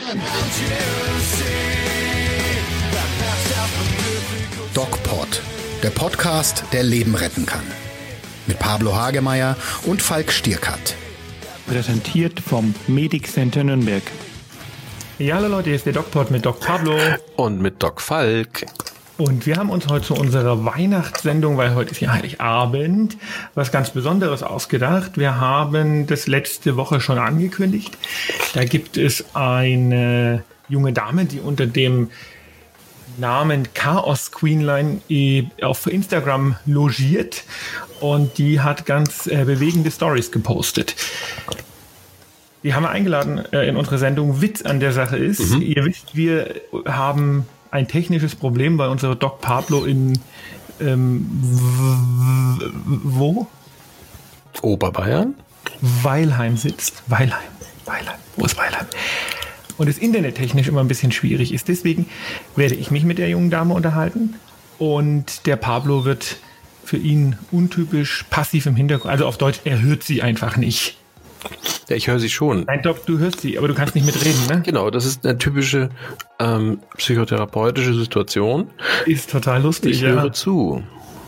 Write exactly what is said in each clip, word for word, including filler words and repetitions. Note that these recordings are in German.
DocPod, der Podcast, der Leben retten kann. Mit Pablo Hagemeyer und Falk Stierkat. Präsentiert vom Medic Center Nürnberg. Ja, hallo Leute, hier ist der DocPod mit Doc Pablo. Und mit Doc Falk. Und wir haben uns heute zu unserer Weihnachtssendung, weil heute ist ja Heiligabend, was ganz Besonderes ausgedacht. Wir haben das letzte Woche schon angekündigt. Da gibt es eine junge Dame, die unter dem Namen Chaos Queenline auf Instagram logiert und die hat ganz äh, bewegende Stories gepostet. Die haben wir eingeladen äh, in unsere Sendung. Witz an der Sache ist, mhm. ihr wisst, wir haben ein technisches Problem bei unserer Doc Pablo in ähm, w- w- wo? Oberbayern? Weilheim sitzt. Weilheim. Weilheim. Wo ist Weilheim? Und es internettechnisch immer ein bisschen schwierig ist. Deswegen werde ich mich mit der jungen Dame unterhalten und der Pablo wird für ihn untypisch passiv im Hintergrund, also auf Deutsch, er hört sie einfach nicht. Ja, ich höre sie schon. Nein, Doc, du hörst sie, aber du kannst nicht mitreden, ne? Genau, das ist eine typische ähm, psychotherapeutische Situation. Ist total lustig, Ich ja. höre zu.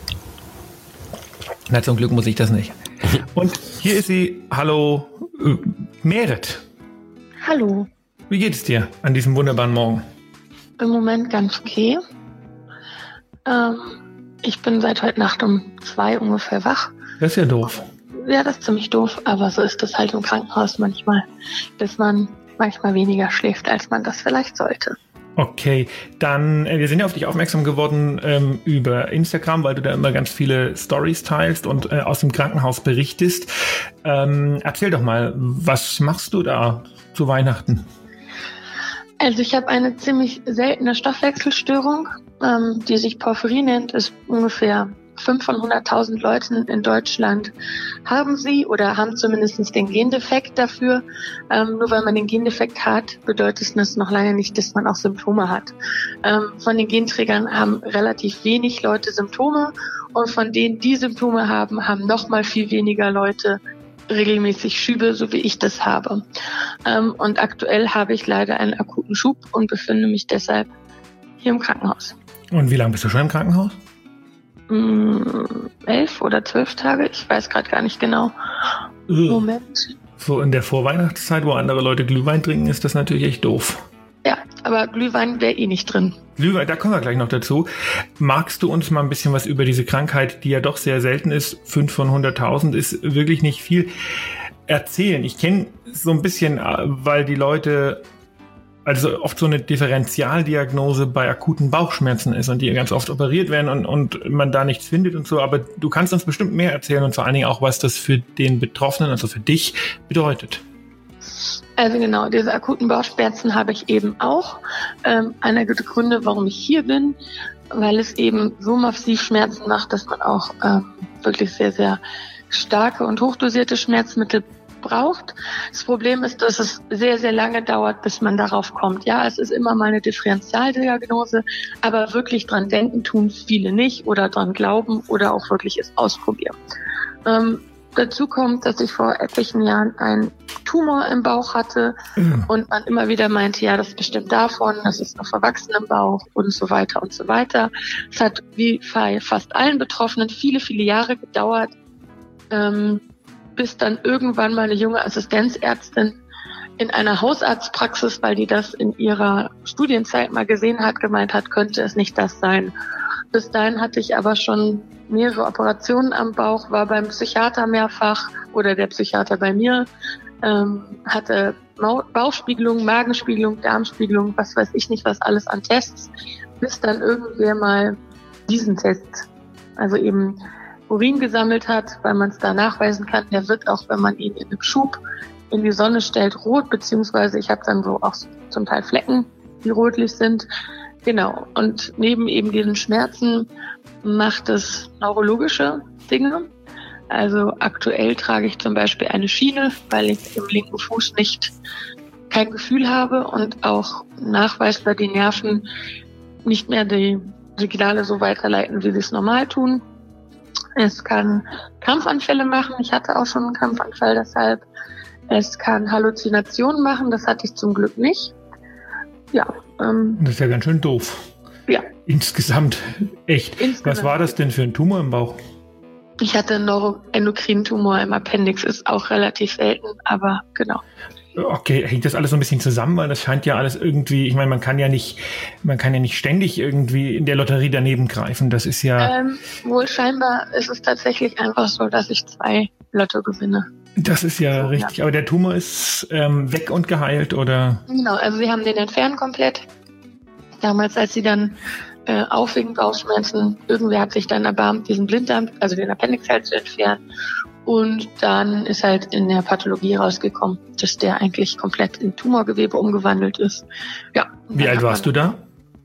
Na, zum Glück muss ich das nicht. Und hier ist sie, hallo, äh, Merit. Hallo. Wie geht es dir an diesem wunderbaren Morgen? Im Moment ganz okay. Ähm, ich bin seit heute Nacht um zwei ungefähr wach. Das ist ja doof. Ja, das ist ziemlich doof, aber so ist es halt im Krankenhaus manchmal, dass man manchmal weniger schläft, als man das vielleicht sollte. Okay, dann, äh, wir sind ja auf dich aufmerksam geworden ähm, über Instagram, weil du da immer ganz viele Stories teilst und äh, aus dem Krankenhaus berichtest. Ähm, erzähl doch mal, was machst du da zu Weihnachten? Also ich habe eine ziemlich seltene Stoffwechselstörung, ähm, die sich Porphyrie nennt, ist ungefähr fünf von hunderttausend Leuten in Deutschland haben sie oder haben zumindest den Gendefekt dafür. Ähm, nur weil man den Gendefekt hat, bedeutet das noch lange nicht, dass man auch Symptome hat. Ähm, von den Genträgern haben relativ wenig Leute Symptome und von denen, die Symptome haben, haben noch mal viel weniger Leute regelmäßig Schübe, so wie ich das habe. Ähm, und aktuell habe ich leider einen akuten Schub und befinde mich deshalb hier im Krankenhaus. Und wie lange bist du schon im Krankenhaus? elf oder zwölf Tage, ich weiß gerade gar nicht genau. Ugh. Moment. So in der Vorweihnachtszeit, wo andere Leute Glühwein trinken, ist das natürlich echt doof. Ja, aber Glühwein wäre eh nicht drin. Glühwein, da kommen wir gleich noch dazu. Magst du uns mal ein bisschen was über diese Krankheit, die ja doch sehr selten ist, fünf von hunderttausend ist wirklich nicht viel, erzählen? Ich kenne so ein bisschen, weil die Leute, also oft so eine Differentialdiagnose bei akuten Bauchschmerzen ist und die ganz oft operiert werden und, und man da nichts findet und so. Aber du kannst uns bestimmt mehr erzählen und vor allen Dingen auch, was das für den Betroffenen, also für dich, bedeutet. Also genau, diese akuten Bauchschmerzen habe ich eben auch. Ähm, einer der Gründe, warum ich hier bin, weil es eben so massiv Schmerzen macht, dass man auch ähm, wirklich sehr, sehr starke und hochdosierte Schmerzmittel braucht. Das Problem ist, dass es sehr, sehr lange dauert, bis man darauf kommt. Ja, es ist immer mal eine Differentialdiagnose, aber wirklich dran denken tun viele nicht oder dran glauben oder auch wirklich es ausprobieren. Ähm, dazu kommt, dass ich vor etlichen Jahren einen Tumor im Bauch hatte mhm. und man immer wieder meinte, ja, das ist bestimmt davon, das ist noch verwachsen im Bauch und so weiter und so weiter. Es hat wie bei fast allen Betroffenen viele, viele Jahre gedauert, ähm, bis dann irgendwann mal eine junge Assistenzärztin in einer Hausarztpraxis, weil die das in ihrer Studienzeit mal gesehen hat, gemeint hat, könnte es nicht das sein. Bis dahin hatte ich aber schon mehrere Operationen am Bauch, war beim Psychiater mehrfach oder der Psychiater bei mir, ähm, hatte Bauchspiegelung, Magenspiegelung, Darmspiegelung, was weiß ich nicht, was alles an Tests, bis dann irgendwer mal diesen Test, also eben Urin gesammelt hat, weil man es da nachweisen kann. Der wird auch, wenn man ihn in einem Schub in die Sonne stellt, rot, beziehungsweise ich habe dann so auch zum Teil Flecken, die rotlich sind. Genau. Und neben eben diesen Schmerzen macht es neurologische Dinge. Also aktuell trage ich zum Beispiel eine Schiene, weil ich im linken Fuß nicht kein Gefühl habe und auch nachweisbar die Nerven nicht mehr die Signale so weiterleiten, wie sie es normal tun. Es kann Krampfanfälle machen. Ich hatte auch schon einen Krampfanfall deshalb. Es kann Halluzinationen machen. Das hatte ich zum Glück nicht. ja. Ähm, das ist ja ganz schön doof. Ja. Insgesamt, echt. Insgesamt. Was war das denn für ein Tumor im Bauch? Ich hatte einen neuroendokrinen Tumor im Appendix, ist auch relativ selten, aber genau. Okay, hängt das alles so ein bisschen zusammen, weil das scheint ja alles irgendwie, ich meine, man kann ja nicht, man kann ja nicht ständig irgendwie in der Lotterie daneben greifen. Das ist ja. Ähm, wohl scheinbar ist es tatsächlich einfach so, dass ich zwei Lotto gewinne. Das ist ja so, richtig. Ja. Aber der Tumor ist ähm, weg und geheilt, oder? Genau, also sie haben den entfernt komplett. Damals, als sie dann äh, auch wegen Bauchschmerzen, irgendwer hat sich dann erbarmt, diesen Blinddarm, also den Appendix halt zu entfernen. Und dann ist halt in der Pathologie rausgekommen, dass der eigentlich komplett in Tumorgewebe umgewandelt ist. Ja. Wie alt warst du da?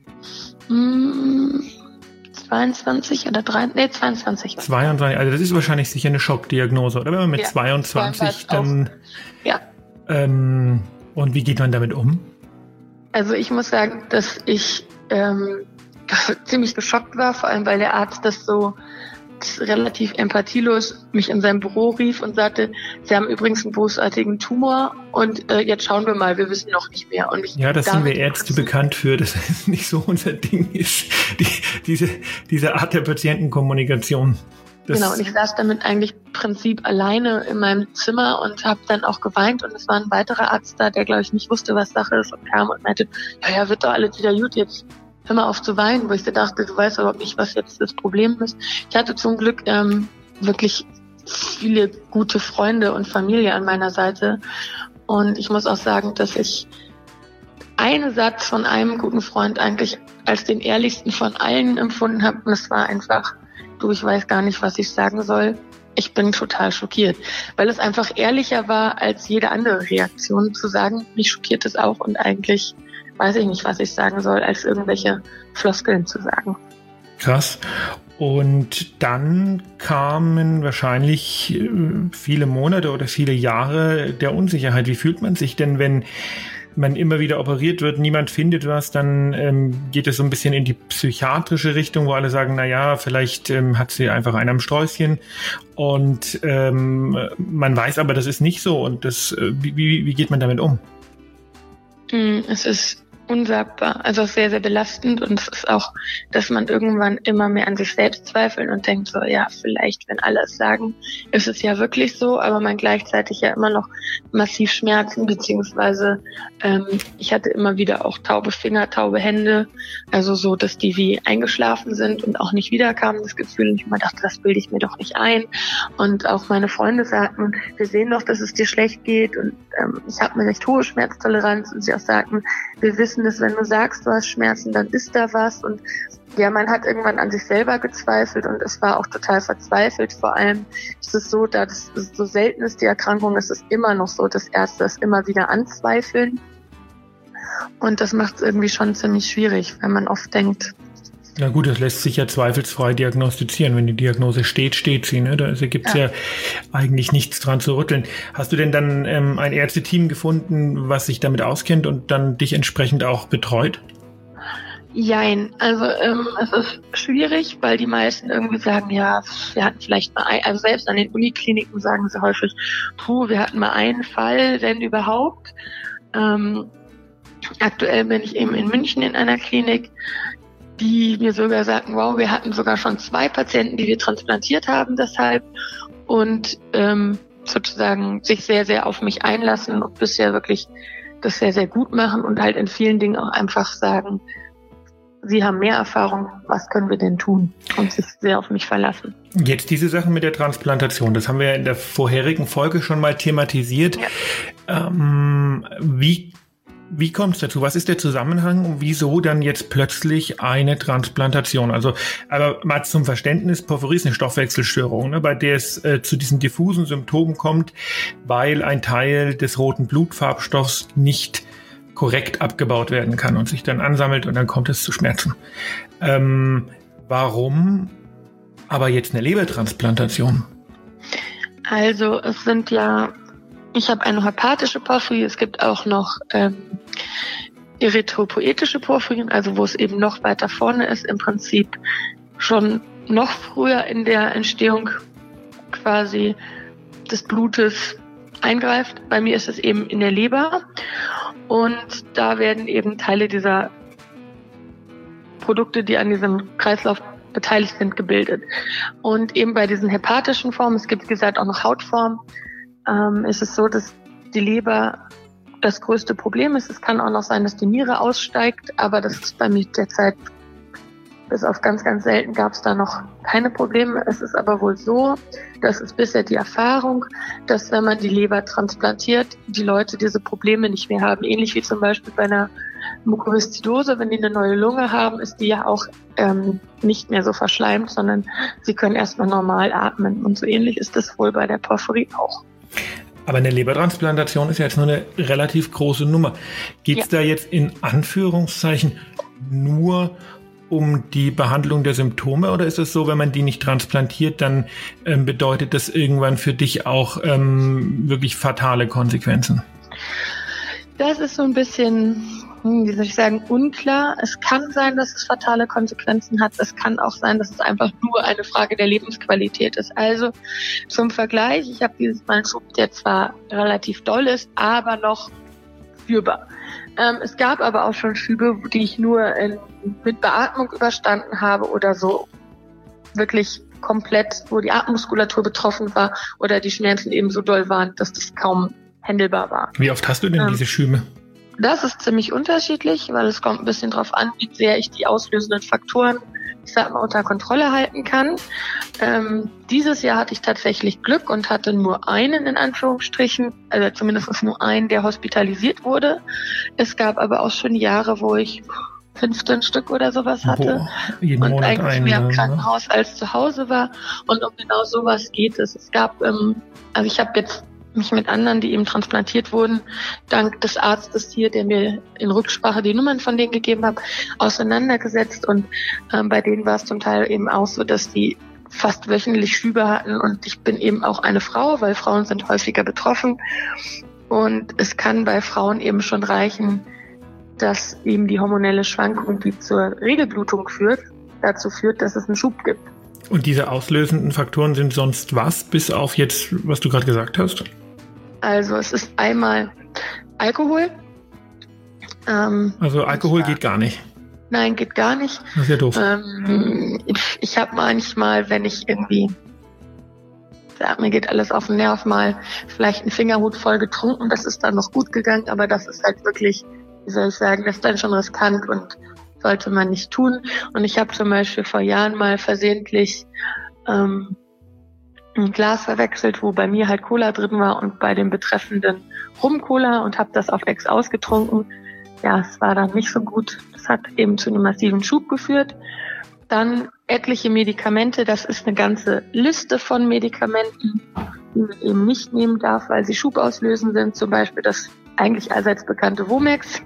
Mh, zweiundzwanzig oder drei, nee, zweiundzwanzig. zweiundzwanzig, also das ist wahrscheinlich sicher eine Schockdiagnose, oder? Wenn man mit ja, zweiundzwanzig dann. Ja. Ähm, und wie geht man damit um? Also ich muss sagen, dass ich ähm, ziemlich geschockt war, vor allem weil der Arzt das so relativ empathielos mich in sein Büro rief und sagte, Sie haben übrigens einen bösartigen Tumor und äh, jetzt schauen wir mal, wir wissen noch nicht mehr. Und ich ja, das sind wir Ärzte bekannt für, dass es nicht so unser Ding ist, die, diese, diese Art der Patientenkommunikation. Das genau, und ich saß damit eigentlich im Prinzip alleine in meinem Zimmer und habe dann auch geweint und es war ein weiterer Arzt da, der glaube ich nicht wusste, was Sache ist und kam und meinte, ja, ja, wird doch alles wieder gut, jetzt hör mal auf zu weinen, wo ich dachte, du weißt überhaupt nicht, was jetzt das Problem ist. Ich hatte zum Glück ähm, wirklich viele gute Freunde und Familie an meiner Seite. Und ich muss auch sagen, dass ich einen Satz von einem guten Freund eigentlich als den ehrlichsten von allen empfunden habe. Und es war einfach, du, ich weiß gar nicht, was ich sagen soll. Ich bin total schockiert, weil es einfach ehrlicher war als jede andere Reaktion zu sagen, mich schockiert es auch und eigentlich weiß ich nicht, was ich sagen soll, als irgendwelche Floskeln zu sagen. Krass. Und dann kamen wahrscheinlich viele Monate oder viele Jahre der Unsicherheit. Wie fühlt man sich denn, wenn man immer wieder operiert wird, niemand findet was, dann ähm, geht es so ein bisschen in die psychiatrische Richtung, wo alle sagen, na ja, vielleicht ähm, hat sie einfach einen am Sträußchen und ähm, man weiß aber, das ist nicht so. Und das, äh, wie, wie geht man damit um? Es ist unsagbar, also sehr, sehr belastend und es ist auch, dass man irgendwann immer mehr an sich selbst zweifelt und denkt so, ja, vielleicht, wenn alle es sagen, ist es ja wirklich so, aber man gleichzeitig ja immer noch massiv Schmerzen, beziehungsweise ähm, ich hatte immer wieder auch taube Finger, taube Hände, also so, dass die wie eingeschlafen sind und auch nicht wiederkamen, das Gefühl, und ich immer dachte, das bilde ich mir doch nicht ein und auch meine Freunde sagten, wir sehen doch, dass es dir schlecht geht und ähm, ich habe eine recht hohe Schmerztoleranz und sie auch sagten, wir wissen, dass wenn du sagst, du hast Schmerzen, dann ist da was. Und ja, man hat irgendwann an sich selber gezweifelt und es war auch total verzweifelt. Vor allem ist es so, da das so selten ist, die Erkrankung, ist es immer noch so, dass Ärzte es immer wieder anzweifeln. Und das macht es irgendwie schon ziemlich schwierig, weil man oft denkt, na gut, das lässt sich ja zweifelsfrei diagnostizieren. Wenn die Diagnose steht, steht sie. Ne? Da gibt es ja. ja eigentlich nichts dran zu rütteln. Hast du denn dann ähm, ein Ärzteteam gefunden, was sich damit auskennt und dann dich entsprechend auch betreut? Jein. Also ähm, es ist schwierig, weil die meisten irgendwie sagen, ja, wir hatten vielleicht mal ein, also selbst an den Unikliniken sagen sie häufig, puh, wir hatten mal einen Fall, wenn überhaupt. Ähm, aktuell bin ich eben in München in einer Klinik, die mir sogar sagten, wow, wir hatten sogar schon zwei Patienten, die wir transplantiert haben deshalb und ähm, sozusagen sich sehr, sehr auf mich einlassen und bisher wirklich das sehr, sehr gut machen und halt in vielen Dingen auch einfach sagen, sie haben mehr Erfahrung, was können wir denn tun und sich sehr auf mich verlassen. Jetzt diese Sache mit der Transplantation, das haben wir in der vorherigen Folge schon mal thematisiert. Ja. Ähm, wie Wie kommt es dazu? Was ist der Zusammenhang und wieso dann jetzt plötzlich eine Transplantation? Also, aber mal zum Verständnis, Porphyrie ist eine Stoffwechselstörung, ne, bei der es äh, zu diesen diffusen Symptomen kommt, weil ein Teil des roten Blutfarbstoffs nicht korrekt abgebaut werden kann und sich dann ansammelt und dann kommt es zu Schmerzen. Ähm, warum aber jetzt eine Lebertransplantation? Also, es sind ja Ich habe eine hepatische Porphyrie, es gibt auch noch ähm, erythropoetische Porphyrien, also wo es eben noch weiter vorne ist, im Prinzip schon noch früher in der Entstehung quasi des Blutes eingreift. Bei mir ist es eben in der Leber Und da werden eben Teile dieser Produkte, die an diesem Kreislauf beteiligt sind, gebildet. Und eben bei diesen hepatischen Formen, es gibt wie gesagt auch noch Hautformen, ähm, ist es so, dass die Leber das größte Problem ist. Es kann auch noch sein, dass die Niere aussteigt, aber das ist bei mir derzeit, bis auf ganz, ganz selten gab es da noch keine Probleme. Es ist aber wohl so, das ist bisher die Erfahrung, dass wenn man die Leber transplantiert, die Leute diese Probleme nicht mehr haben. Ähnlich wie zum Beispiel bei einer Mukoviszidose, wenn die eine neue Lunge haben, ist die ja auch ähm, nicht mehr so verschleimt, sondern sie können erstmal normal atmen. Und so ähnlich ist das wohl bei der Porphyrie auch. Aber eine Lebertransplantation ist ja jetzt nur eine relativ große Nummer. Geht es ja. da jetzt in Anführungszeichen nur um die Behandlung der Symptome oder ist es so, wenn man die nicht transplantiert, dann ähm, bedeutet das irgendwann für dich auch ähm, wirklich fatale Konsequenzen? Das ist so ein bisschen, wie soll ich sagen, unklar. Es kann sein, dass es fatale Konsequenzen hat. Es kann auch sein, dass es einfach nur eine Frage der Lebensqualität ist. Also zum Vergleich, ich habe dieses Mal einen Schub, der zwar relativ doll ist, aber noch spürbar. Ähm, es gab aber auch schon Schübe, die ich nur in, mit Beatmung überstanden habe oder so wirklich komplett, wo die Atemmuskulatur betroffen war oder die Schmerzen eben so doll waren, dass das kaum handelbar war. Wie oft hast du denn ähm, diese Schübe? Das ist ziemlich unterschiedlich, weil es kommt ein bisschen drauf an, wie sehr ich die auslösenden Faktoren, ich sag mal, unter Kontrolle halten kann. Ähm, dieses Jahr hatte ich tatsächlich Glück und hatte nur einen in Anführungsstrichen, also zumindest nur einen, der hospitalisiert wurde. Es gab aber auch schon Jahre, wo ich fünfzehn Stück oder sowas hatte. Boah, jeden und Monat eigentlich mehr im Krankenhaus als zu Hause war. Und um genau sowas geht es. Es gab, ähm, also ich habe jetzt mich mit anderen, die eben transplantiert wurden, dank des Arztes hier, der mir in Rücksprache die Nummern von denen gegeben hat, auseinandergesetzt. Und ähm, bei denen war es zum Teil eben auch so, dass die fast wöchentlich Schübe hatten. Und ich bin eben auch eine Frau, weil Frauen sind häufiger betroffen. Und es kann bei Frauen eben schon reichen, dass eben die hormonelle Schwankung, die zur Regelblutung führt, dazu führt, dass es einen Schub gibt. Und diese auslösenden Faktoren sind sonst was, bis auf jetzt, was du gerade gesagt hast? Also es ist einmal Alkohol. Ähm, also Alkohol geht gar nicht? Nein, geht gar nicht. Das ist ja doof. Ähm, ich ich habe manchmal, wenn ich irgendwie, ja, mir geht alles auf den Nerv, mal vielleicht einen Fingerhut voll getrunken, das ist dann noch gut gegangen, aber das ist halt wirklich, wie soll ich sagen, das ist dann schon riskant und sollte man nicht tun. Und ich habe zum Beispiel vor Jahren mal versehentlich ähm, ein Glas verwechselt, wo bei mir halt Cola drin war und bei dem betreffenden Rum-Cola und habe das auf Ex ausgetrunken. Ja, es war dann nicht so gut. Das hat eben zu einem massiven Schub geführt. Dann etliche Medikamente. Das ist eine ganze Liste von Medikamenten, die man eben nicht nehmen darf, weil sie schubauslösend sind. Zum Beispiel das eigentlich allseits bekannte Womex.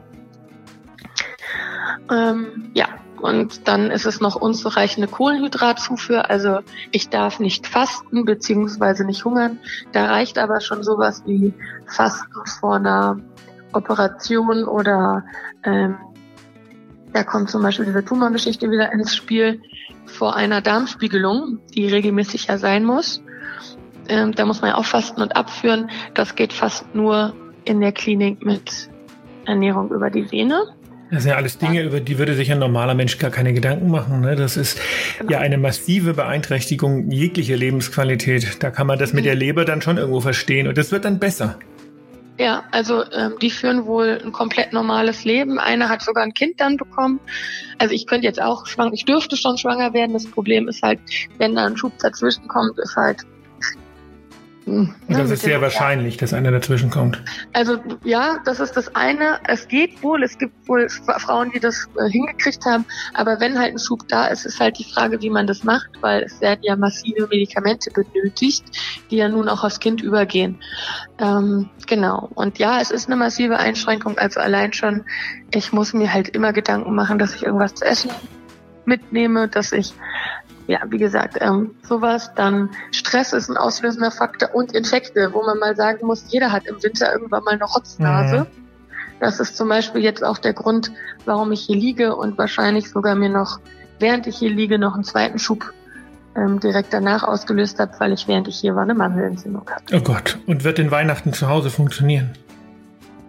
Ähm, ja, und dann ist es noch unzureichende Kohlenhydratzufuhr. Also ich darf nicht fasten beziehungsweise nicht hungern. Da reicht aber schon sowas wie Fasten vor einer Operation oder ähm, da kommt zum Beispiel diese Tumorgeschichte wieder ins Spiel vor einer Darmspiegelung, die regelmäßig ja sein muss. Ähm, da muss man ja auch fasten und abführen. Das geht fast nur in der Klinik mit Ernährung über die Vene. Das sind ja alles Dinge, über die würde sich ein normaler Mensch gar keine Gedanken machen. Ne? Das ist genau. ja eine massive Beeinträchtigung jeglicher Lebensqualität. Da kann man das mit der Leber dann schon irgendwo verstehen und das wird dann besser. Ja, also ähm, die führen wohl ein komplett normales Leben. Einer hat sogar ein Kind dann bekommen. Also ich könnte jetzt auch schwanger, ich dürfte schon schwanger werden. Das Problem ist halt, wenn da ein Schub dazwischen kommt, ist halt... Und das ist sehr wahrscheinlich, dass einer dazwischen kommt. Also ja, das ist das eine. Es geht wohl, es gibt wohl Frauen, die das äh, hingekriegt haben, aber wenn halt ein Schub da ist, ist halt die Frage, wie man das macht, weil es werden ja massive Medikamente benötigt, die ja nun auch aufs Kind übergehen. Ähm, genau. Und ja, es ist eine massive Einschränkung, also allein schon, ich muss mir halt immer Gedanken machen, dass ich irgendwas zu essen mitnehme, dass ich ja, wie gesagt, ähm, sowas, dann Stress ist ein auslösender Faktor und Infekte, wo man mal sagen muss, jeder hat im Winter irgendwann mal eine Rotznase. Mhm. Das ist zum Beispiel jetzt auch der Grund, warum ich hier liege und wahrscheinlich sogar mir noch, während ich hier liege, noch einen zweiten Schub ähm, direkt danach ausgelöst habe, weil ich, während ich hier war, eine Mandelentzündung hatte. Oh Gott, und wird den Weihnachten zu Hause funktionieren?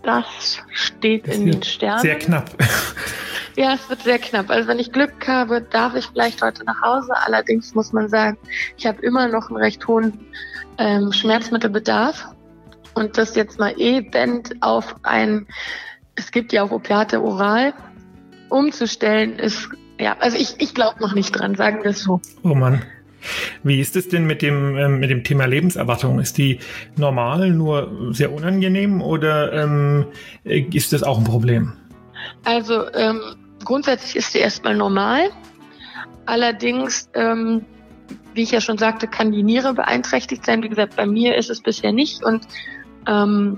das steht in den Sternen. Sehr knapp. Ja, es wird sehr knapp. Also wenn ich Glück habe, darf ich vielleicht heute nach Hause. Allerdings muss man sagen, ich habe immer noch einen recht hohen ähm, Schmerzmittelbedarf. Und das jetzt mal eben auf ein, es gibt ja auch Opiate oral, umzustellen, ist, ja, also ich, ich glaube noch nicht dran, sagen wir es so. Oh Mann. Wie ist es denn mit dem, ähm, mit dem Thema Lebenserwartung? Ist die normal, nur sehr unangenehm oder ähm, ist das auch ein Problem? Also ähm, grundsätzlich ist sie erstmal normal. Allerdings, ähm, wie ich ja schon sagte, kann die Niere beeinträchtigt sein. Wie gesagt, bei mir ist es bisher nicht. Und ähm,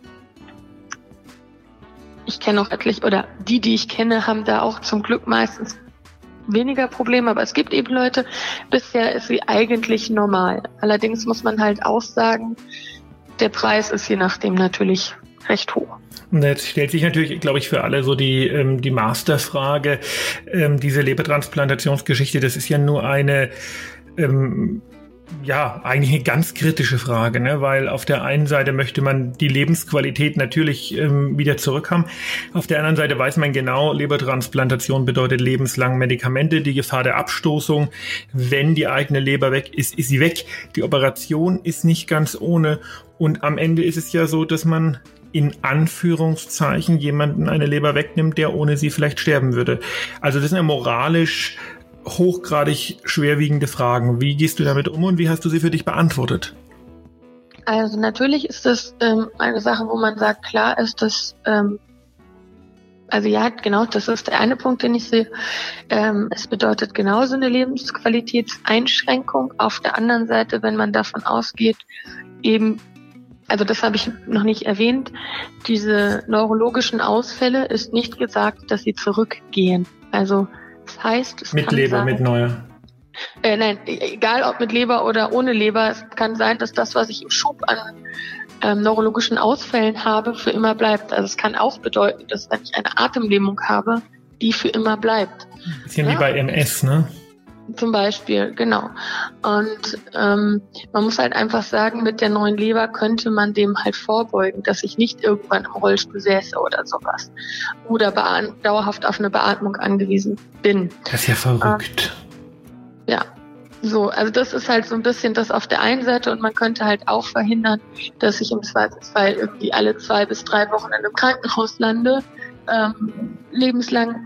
ich kenne auch etliche, oder die, die ich kenne, haben da auch zum Glück meistens weniger Probleme, aber es gibt eben Leute, bisher ist sie eigentlich normal. Allerdings muss man halt auch sagen, der Preis ist je nachdem natürlich recht hoch. Und jetzt stellt sich natürlich, glaube ich, für alle so die, ähm, die Masterfrage, ähm, diese Lebertransplantationsgeschichte, das ist ja nur eine, ähm, ja, eigentlich eine ganz kritische Frage, ne? Weil auf der einen Seite möchte man die Lebensqualität natürlich ähm, wieder zurückhaben. Auf der anderen Seite weiß man genau, Lebertransplantation bedeutet lebenslang Medikamente, die Gefahr der Abstoßung. Wenn die eigene Leber weg ist, ist sie weg. Die Operation ist nicht ganz ohne. Und am Ende ist es ja so, dass man in Anführungszeichen jemanden eine Leber wegnimmt, der ohne sie vielleicht sterben würde. Also das sind ja moralisch hochgradig schwerwiegende Fragen. Wie gehst du damit um und wie hast du sie für dich beantwortet? Also natürlich ist das ähm, eine Sache, wo man sagt, klar ist das, ähm, also ja, genau, das ist der eine Punkt, den ich sehe. Ähm, es bedeutet genauso eine Lebensqualitätseinschränkung. Auf der anderen Seite, wenn man davon ausgeht, eben, also das habe ich noch nicht erwähnt, diese neurologischen Ausfälle ist nicht gesagt, dass sie zurückgehen. Also das heißt, es mit kann Leber, sein, mit neuer. Äh, nein, egal ob mit Leber oder ohne Leber, es kann sein, dass das, was ich im Schub an ähm, neurologischen Ausfällen habe, für immer bleibt. Also es kann auch bedeuten, dass wenn ich eine Atemlähmung habe, die für immer bleibt. Bisschen ja? wie bei M S, ne? Zum Beispiel, genau. Und ähm, man muss halt einfach sagen, mit der neuen Leber könnte man dem halt vorbeugen, dass ich nicht irgendwann im Rollstuhl säße oder sowas. Oder bea- dauerhaft auf eine Beatmung angewiesen bin. Das ist ja verrückt. Ähm, ja, so, also das ist halt so ein bisschen das auf der einen Seite und man könnte halt auch verhindern, dass ich im Zweifelsfall irgendwie alle zwei bis drei Wochen in einem Krankenhaus lande, ähm, lebenslang,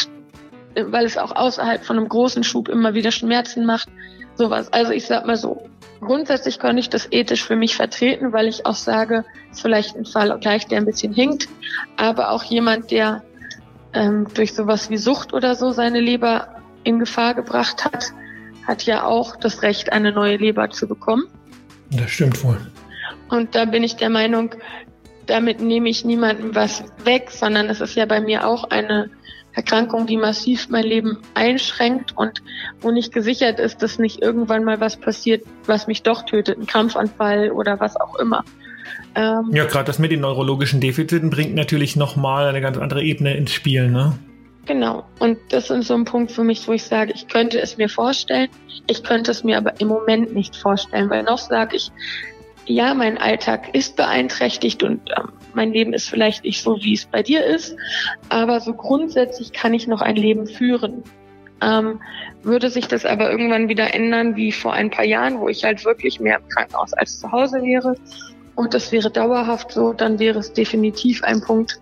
weil es auch außerhalb von einem großen Schub immer wieder Schmerzen macht, sowas. Also ich sag mal so, grundsätzlich könnte ich das ethisch für mich vertreten, weil ich auch sage, ist vielleicht ein Fall gleich, der ein bisschen hinkt, aber auch jemand, der ähm, durch sowas wie Sucht oder so seine Leber in Gefahr gebracht hat, hat ja auch das Recht, eine neue Leber zu bekommen. Das stimmt wohl. Und da bin ich der Meinung, damit nehme ich niemandem was weg, sondern es ist ja bei mir auch eine Erkrankung, die massiv mein Leben einschränkt und wo nicht gesichert ist, dass nicht irgendwann mal was passiert, was mich doch tötet, ein Krampfanfall oder was auch immer. Ähm, ja, gerade das mit den neurologischen Defiziten bringt natürlich nochmal eine ganz andere Ebene ins Spiel, ne? Genau. Und das ist so ein Punkt für mich, wo ich sage, ich könnte es mir vorstellen, ich könnte es mir aber im Moment nicht vorstellen, weil noch sage ich, ja, mein Alltag ist beeinträchtigt und ähm, mein Leben ist vielleicht nicht so, wie es bei dir ist, aber so grundsätzlich kann ich noch ein Leben führen. Ähm, würde sich das aber irgendwann wieder ändern, wie vor ein paar Jahren, wo ich halt wirklich mehr im Krankenhaus als zu Hause wäre und das wäre dauerhaft so, dann wäre es definitiv ein Punkt,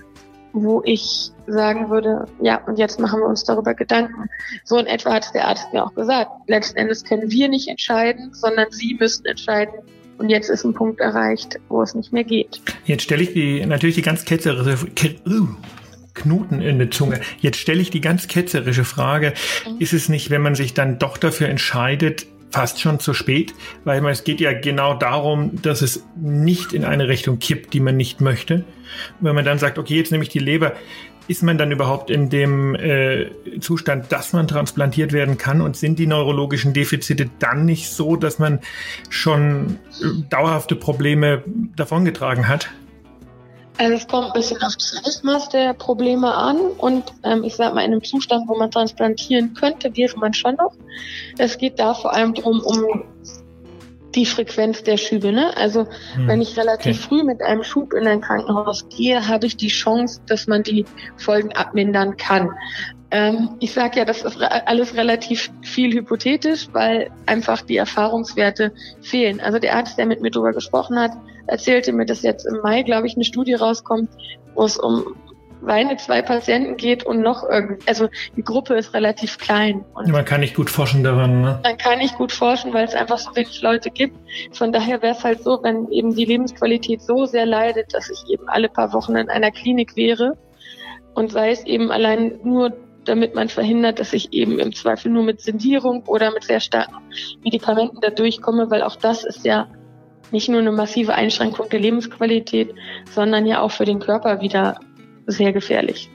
wo ich sagen würde, ja, und jetzt machen wir uns darüber Gedanken. So in etwa hat der Arzt mir auch gesagt. Letzten Endes können wir nicht entscheiden, sondern Sie müssen entscheiden. Und jetzt ist ein Punkt erreicht, wo es nicht mehr geht. Jetzt stelle ich die natürlich die ganz ketzerische uh, Knoten in der Zunge. Jetzt stelle ich die ganz ketzerische Frage: mhm. Ist es nicht, wenn man sich dann doch dafür entscheidet, fast schon zu spät? Weil es geht ja genau darum, dass es nicht in eine Richtung kippt, die man nicht möchte. Und wenn man dann sagt, okay, jetzt nehme ich die Leber, ist man dann überhaupt in dem äh, Zustand, dass man transplantiert werden kann? Und sind die neurologischen Defizite dann nicht so, dass man schon äh, dauerhafte Probleme davongetragen hat? Also es kommt ein bisschen auf das Ausmaß der Probleme an und ähm, ich sag mal, in einem Zustand, wo man transplantieren könnte, wäre man schon noch. Es geht da vor allem darum, um die Frequenz der Schübe, ne? Also hm. wenn ich relativ okay. früh mit einem Schub in ein Krankenhaus gehe, habe ich die Chance, dass man die Folgen abmindern kann. Ähm, ich sage ja, das ist alles relativ viel hypothetisch, weil einfach die Erfahrungswerte fehlen. Also der Arzt, der mit mir drüber gesprochen hat, erzählte mir, dass jetzt im Mai, glaube ich, eine Studie rauskommt, wo es um meine zwei Patienten geht und noch irgendwie, also die Gruppe ist relativ klein. Und man kann nicht gut forschen daran, ne? Man kann nicht gut forschen, weil es einfach so wenig Leute gibt. Von daher wäre es halt so, wenn eben die Lebensqualität so sehr leidet, dass ich eben alle paar Wochen in einer Klinik wäre und sei es eben allein nur, damit man verhindert, dass ich eben im Zweifel nur mit Sedierung oder mit sehr starken Medikamenten da durchkomme, weil auch das ist ja nicht nur eine massive Einschränkung der Lebensqualität, sondern ja auch für den Körper wieder sehr gefährlich.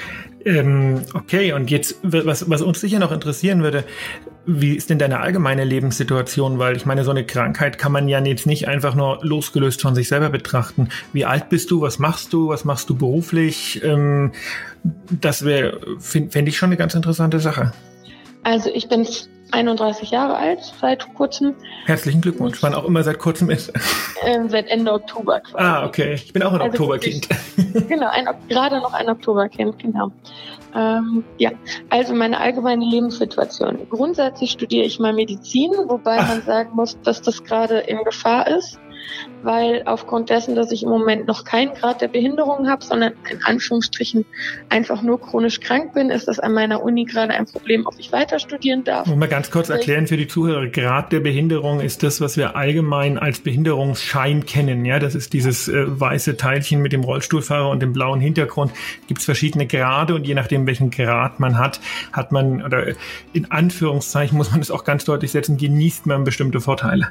Ähm, okay, und jetzt, was, was uns sicher noch interessieren würde, wie ist denn deine allgemeine Lebenssituation? Weil ich meine, so eine Krankheit kann man ja jetzt nicht einfach nur losgelöst von sich selber betrachten. Wie alt bist du? Was machst du? Was machst du beruflich? Ähm, das wäre, fände ich schon eine ganz interessante Sache. Also ich bin einunddreißig Jahre alt, seit kurzem. Herzlichen Glückwunsch, wann auch immer seit kurzem ist. Ähm, seit Ende Oktober quasi. Ah, okay. Ich bin auch ein also Oktoberkind. Ich, genau, ein, gerade noch ein Oktoberkind, genau. Ähm, ja, also meine allgemeine Lebenssituation. Grundsätzlich studiere ich mal Medizin, wobei Ach. man sagen muss, dass das gerade in Gefahr ist, weil aufgrund dessen, dass ich im Moment noch keinen Grad der Behinderung habe, sondern in Anführungsstrichen einfach nur chronisch krank bin, ist das an meiner Uni gerade ein Problem, ob ich weiter studieren darf. Muss mal ganz kurz erklären für die Zuhörer, Grad der Behinderung ist das, was wir allgemein als Behinderungsschein kennen. Ja, das ist dieses äh, weiße Teilchen mit dem Rollstuhlfahrer und dem blauen Hintergrund. Gibt es verschiedene Grade und je nachdem, welchen Grad man hat, hat man, oder in Anführungszeichen muss man es auch ganz deutlich setzen, genießt man bestimmte Vorteile.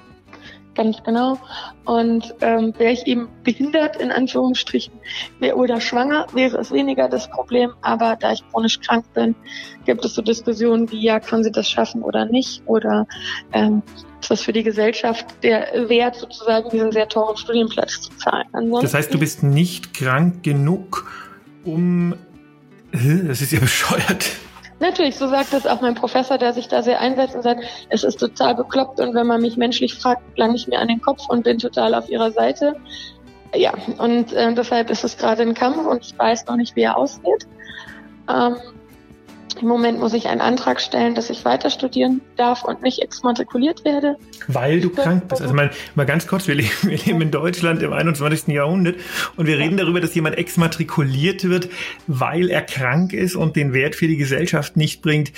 Ganz genau. Und ähm, wäre ich eben behindert, in Anführungsstrichen, wär, oder schwanger, wäre es weniger das Problem. Aber da ich chronisch krank bin, gibt es so Diskussionen wie, ja, kann sie das schaffen oder nicht? Oder ähm, ist das für die Gesellschaft der Wert, sozusagen diesen sehr teuren Studienplatz zu zahlen? Ansonsten, das heißt, du bist nicht krank genug, um... Das ist ja bescheuert. Natürlich, so sagt es auch mein Professor, der sich da sehr einsetzt und sagt, es ist total bekloppt und wenn man mich menschlich fragt, lange ich mir an den Kopf und bin total auf ihrer Seite. Ja, und äh, deshalb ist es gerade ein Kampf und ich weiß noch nicht, wie er ausgeht. Ähm, Im Moment muss ich einen Antrag stellen, dass ich weiter studieren darf und nicht exmatrikuliert werde. Weil du krank bist. Also mal, mal ganz kurz, wir leben, wir leben in Deutschland im einundzwanzigsten Jahrhundert und wir reden darüber, dass jemand exmatrikuliert wird, weil er krank ist und den Wert für die Gesellschaft nicht bringt.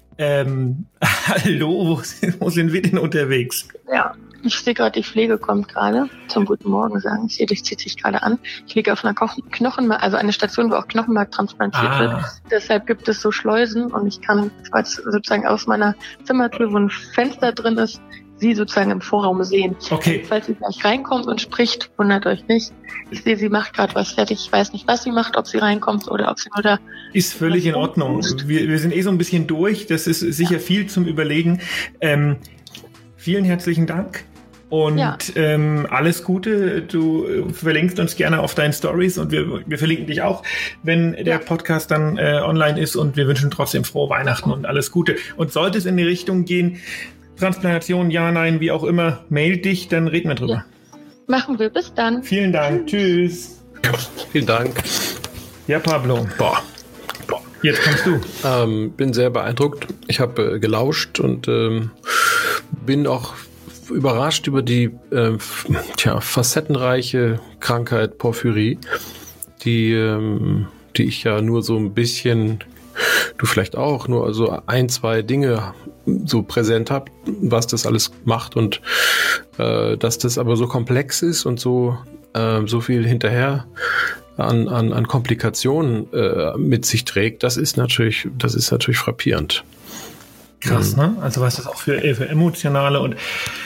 Ähm, hallo, wo sind, wo sind wir denn unterwegs? Ja. Ich sehe gerade, die Pflege kommt gerade. Zum Guten Morgen sagen. Ich sehe, dich zieht sich gerade an. Ich liege auf einer Knochenmark, also eine Station, wo auch Knochenmark transplantiert ah. wird. Deshalb gibt es so Schleusen und ich kann sozusagen aus meiner Zimmertür, wo ein Fenster drin ist, sie sozusagen im Vorraum sehen. Okay. Falls sie gleich reinkommt und spricht, wundert euch nicht. Ich sehe, sie macht gerade was fertig. Ich weiß nicht, was sie macht, ob sie reinkommt oder ob sie nur da... Ist völlig in Ordnung. Wir, wir sind eh so ein bisschen durch. Das ist sicher viel zum Überlegen. Ähm, vielen herzlichen Dank. Und ja. ähm, alles Gute, du verlinkst uns gerne auf deinen Stories und wir, wir verlinken dich auch, wenn der ja. Podcast dann äh, online ist und wir wünschen trotzdem frohe Weihnachten und alles Gute. Und sollte es in die Richtung gehen, Transplantation, ja, nein, wie auch immer, mail dich, dann reden wir drüber. Ja. Machen wir, bis dann. Vielen Dank, tschüss. tschüss. Vielen Dank. Ja, Pablo. Boah. Boah. Jetzt kommst du. Ähm, bin sehr beeindruckt. Ich habe äh, gelauscht und ähm, bin auch überrascht über die äh, tja, facettenreiche Krankheit Porphyrie, die, ähm, die ich ja nur so ein bisschen, du vielleicht auch, nur also ein, zwei Dinge so präsent habe, was das alles macht und äh, dass das aber so komplex ist und so, äh, so viel hinterher an, an, an Komplikationen äh, mit sich trägt, das ist natürlich, das ist natürlich frappierend. Krass, ne? Also was das auch für, für emotionale und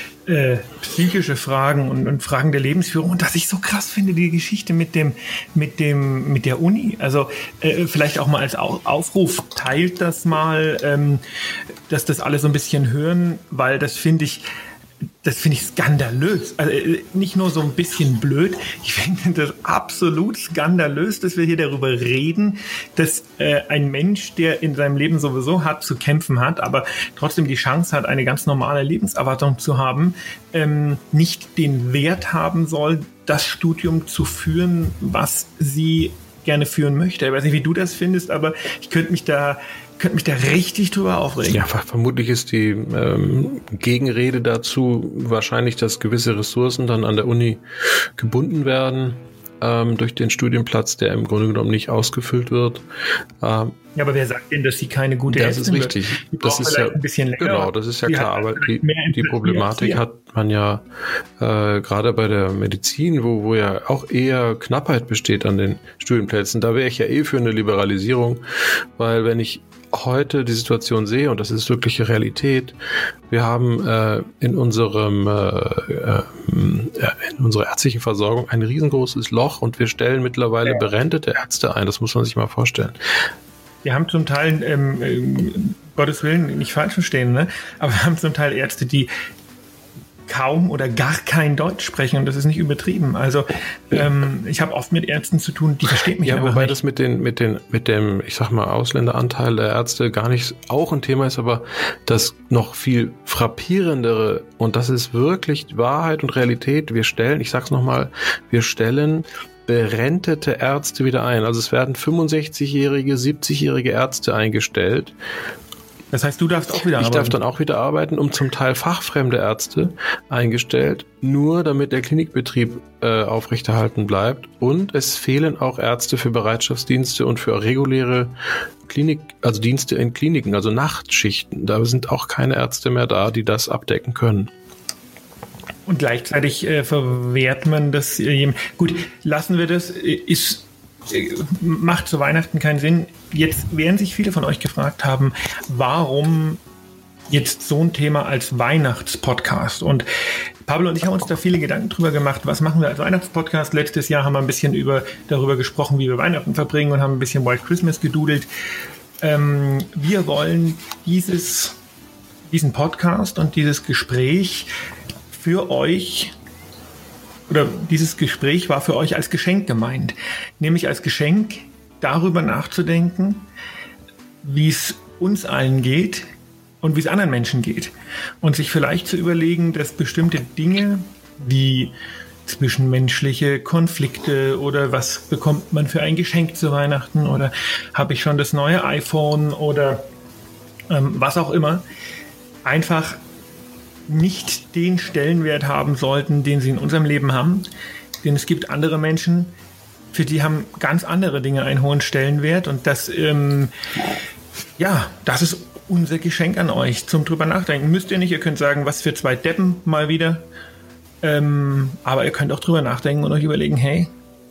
Äh, psychische Fragen und, und Fragen der Lebensführung und dass ich so krass finde, die Geschichte mit dem, mit dem, mit der Uni. Also äh, vielleicht auch mal als Au- Aufruf, teilt das mal, ähm, dass das alle so ein bisschen hören, weil das finde ich das finde ich skandalös. Also nicht nur so ein bisschen blöd, ich finde das absolut skandalös, dass wir hier darüber reden, dass äh, ein Mensch, der in seinem Leben sowieso hart zu kämpfen hat, aber trotzdem die Chance hat, eine ganz normale Lebenserwartung zu haben, ähm, nicht den Wert haben soll, das Studium zu führen, was sie gerne führen möchte. Ich weiß nicht, wie du das findest, aber ich könnte mich da könnte mich da richtig drüber aufregen. Ja, vermutlich ist die ähm, Gegenrede dazu wahrscheinlich, dass gewisse Ressourcen dann an der Uni gebunden werden ähm, durch den Studienplatz, der im Grunde genommen nicht ausgefüllt wird. Ähm, ja, aber wer sagt denn, dass sie keine gute Das ist richtig. Das ist ja ein bisschen länger. Genau, das ist ja klar. Aber die, die Problematik hat man ja äh, gerade bei der Medizin, wo wo ja auch eher Knappheit besteht an den Studienplätzen. Da wäre ich ja eh für eine Liberalisierung, weil wenn ich heute die Situation sehe, und das ist wirkliche Realität, wir haben äh, in unserem äh, äh, in unserer ärztlichen Versorgung ein riesengroßes Loch und wir stellen mittlerweile ja. berentete Ärzte ein. Das muss man sich mal vorstellen. Wir haben zum Teil, ähm, ähm, Gottes Willen, nicht falsch verstehen, ne? Aber wir haben zum Teil Ärzte, die kaum oder gar kein Deutsch sprechen und das ist nicht übertrieben. Also ähm, ich habe oft mit Ärzten zu tun, die verstehen mich ja, einfach wobei nicht. Das mit den mit den mit dem, ich sag mal, Ausländeranteil der Ärzte gar nicht auch ein Thema ist, aber das noch viel frappierendere, und das ist wirklich Wahrheit und Realität. Wir stellen, ich sag's nochmal, wir stellen berentete Ärzte wieder ein. Also es werden fünfundsechzigjährige, siebzigjährige Ärzte eingestellt. Das heißt, du darfst auch wieder ich arbeiten? Ich darf dann auch wieder arbeiten, um zum Teil fachfremde Ärzte eingestellt, nur damit der Klinikbetrieb äh, aufrechterhalten bleibt. Und es fehlen auch Ärzte für Bereitschaftsdienste und für reguläre Klinik, also Dienste in Kliniken, also Nachtschichten. Da sind auch keine Ärzte mehr da, die das abdecken können. Und gleichzeitig äh, verwehrt man das. Äh, gut, lassen wir das. Äh, ist macht zu Weihnachten keinen Sinn. Jetzt werden sich viele von euch gefragt haben, warum jetzt so ein Thema als Weihnachtspodcast? Und Pablo und ich haben uns da viele Gedanken drüber gemacht, was machen wir als Weihnachtspodcast? Letztes Jahr haben wir ein bisschen über, darüber gesprochen, wie wir Weihnachten verbringen und haben ein bisschen White Christmas gedudelt. Ähm, wir wollen dieses, diesen Podcast und dieses Gespräch für euch oder dieses Gespräch war für euch als Geschenk gemeint. Nämlich als Geschenk, darüber nachzudenken, wie es uns allen geht und wie es anderen Menschen geht. Und sich vielleicht zu überlegen, dass bestimmte Dinge wie zwischenmenschliche Konflikte oder was bekommt man für ein Geschenk zu Weihnachten oder habe ich schon das neue iPhone oder ähm, was auch immer, einfach nicht den Stellenwert haben sollten, den sie in unserem Leben haben. Denn es gibt andere Menschen, für die haben ganz andere Dinge einen hohen Stellenwert. Und das, ähm, ja, das ist unser Geschenk an euch zum drüber nachdenken. Müsst ihr nicht, ihr könnt sagen, was für zwei Deppen mal wieder. Ähm, aber ihr könnt auch drüber nachdenken und euch überlegen, hey,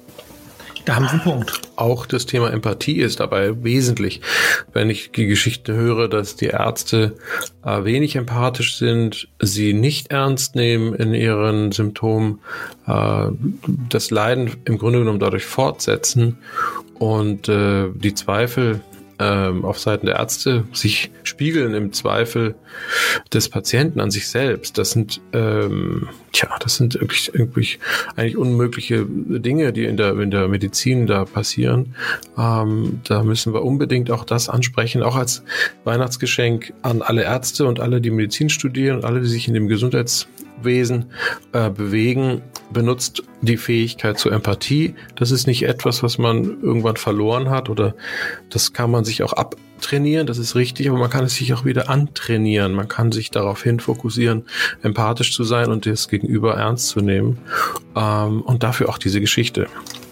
da haben sie einen Punkt. Auch das Thema Empathie ist dabei wesentlich. Wenn ich die Geschichte höre, dass die Ärzte äh, wenig empathisch sind, sie nicht ernst nehmen in ihren Symptomen, äh, das Leiden im Grunde genommen dadurch fortsetzen und äh, die Zweifel ähm, auf Seiten der Ärzte sich spiegeln im Zweifel des Patienten an sich selbst. Das sind, ähm, tja, das sind wirklich, wirklich eigentlich unmögliche Dinge, die in der, in der Medizin da passieren. Ähm, da müssen wir unbedingt auch das ansprechen, auch als Weihnachtsgeschenk an alle Ärzte und alle, die Medizin studieren und alle, die sich in dem Gesundheitswesen äh, bewegen. Benutzt die Fähigkeit zur Empathie. Das ist nicht etwas, was man irgendwann verloren hat oder das kann man sich auch abtrainieren, das ist richtig, aber man kann es sich auch wieder antrainieren. Man kann sich darauf hin fokussieren, empathisch zu sein und das Gegenüber ernst zu nehmen. Ähm, und dafür auch diese Geschichte.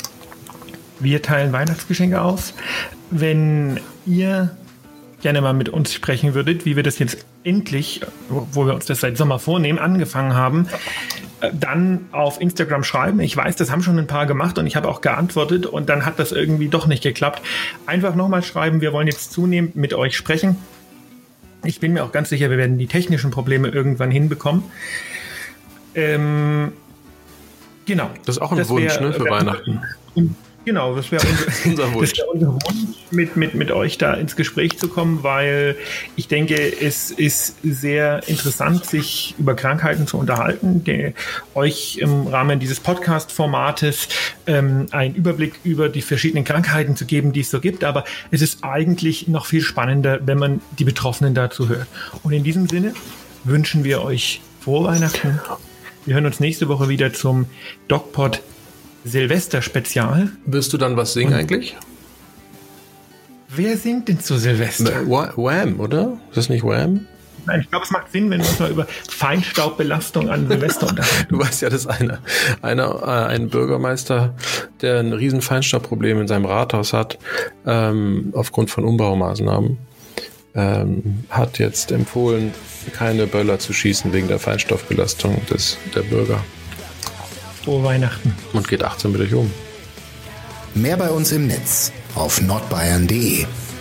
Wir teilen Weihnachtsgeschenke aus. Wenn ihr gerne mal mit uns sprechen würdet, wie wir das jetzt endlich, wo wir uns das seit Sommer vornehmen, angefangen haben, dann auf Instagram schreiben. Ich weiß, das haben schon ein paar gemacht und ich habe auch geantwortet und dann hat das irgendwie doch nicht geklappt. Einfach nochmal schreiben, wir wollen jetzt zunehmend mit euch sprechen. Ich bin mir auch ganz sicher, wir werden die technischen Probleme irgendwann hinbekommen. Ähm, genau. Das ist auch ein das Wunsch, wär, ne, für Weihnachten. Genau, das wäre unser, unser Wunsch, das wär unser Wunsch mit, mit, mit euch da ins Gespräch zu kommen, weil ich denke, es ist sehr interessant, sich über Krankheiten zu unterhalten, der, euch im Rahmen dieses Podcast-Formates ähm, einen Überblick über die verschiedenen Krankheiten zu geben, die es so gibt. Aber es ist eigentlich noch viel spannender, wenn man die Betroffenen dazu hört. Und in diesem Sinne wünschen wir euch frohe Weihnachten. Wir hören uns nächste Woche wieder zum DocPod Silvester-Spezial. Wirst du dann was singen Und eigentlich? Wer singt denn zu Silvester? Wham, oder? Ist das nicht Wham? Nein, ich glaube, es macht Sinn, wenn wir uns mal über Feinstaubbelastung an Silvester unterhalten. Du weißt ja, dass einer, einer, äh, ein Bürgermeister, der ein riesen Feinstaubproblem in seinem Rathaus hat, ähm, aufgrund von Umbaumaßnahmen, ähm, hat jetzt empfohlen, keine Böller zu schießen wegen der Feinstaubbelastung des, der Bürger. Frohe Weihnachten. Und geht achtsam mit euch um. Mehr bei uns im Netz auf nordbayern punkt de.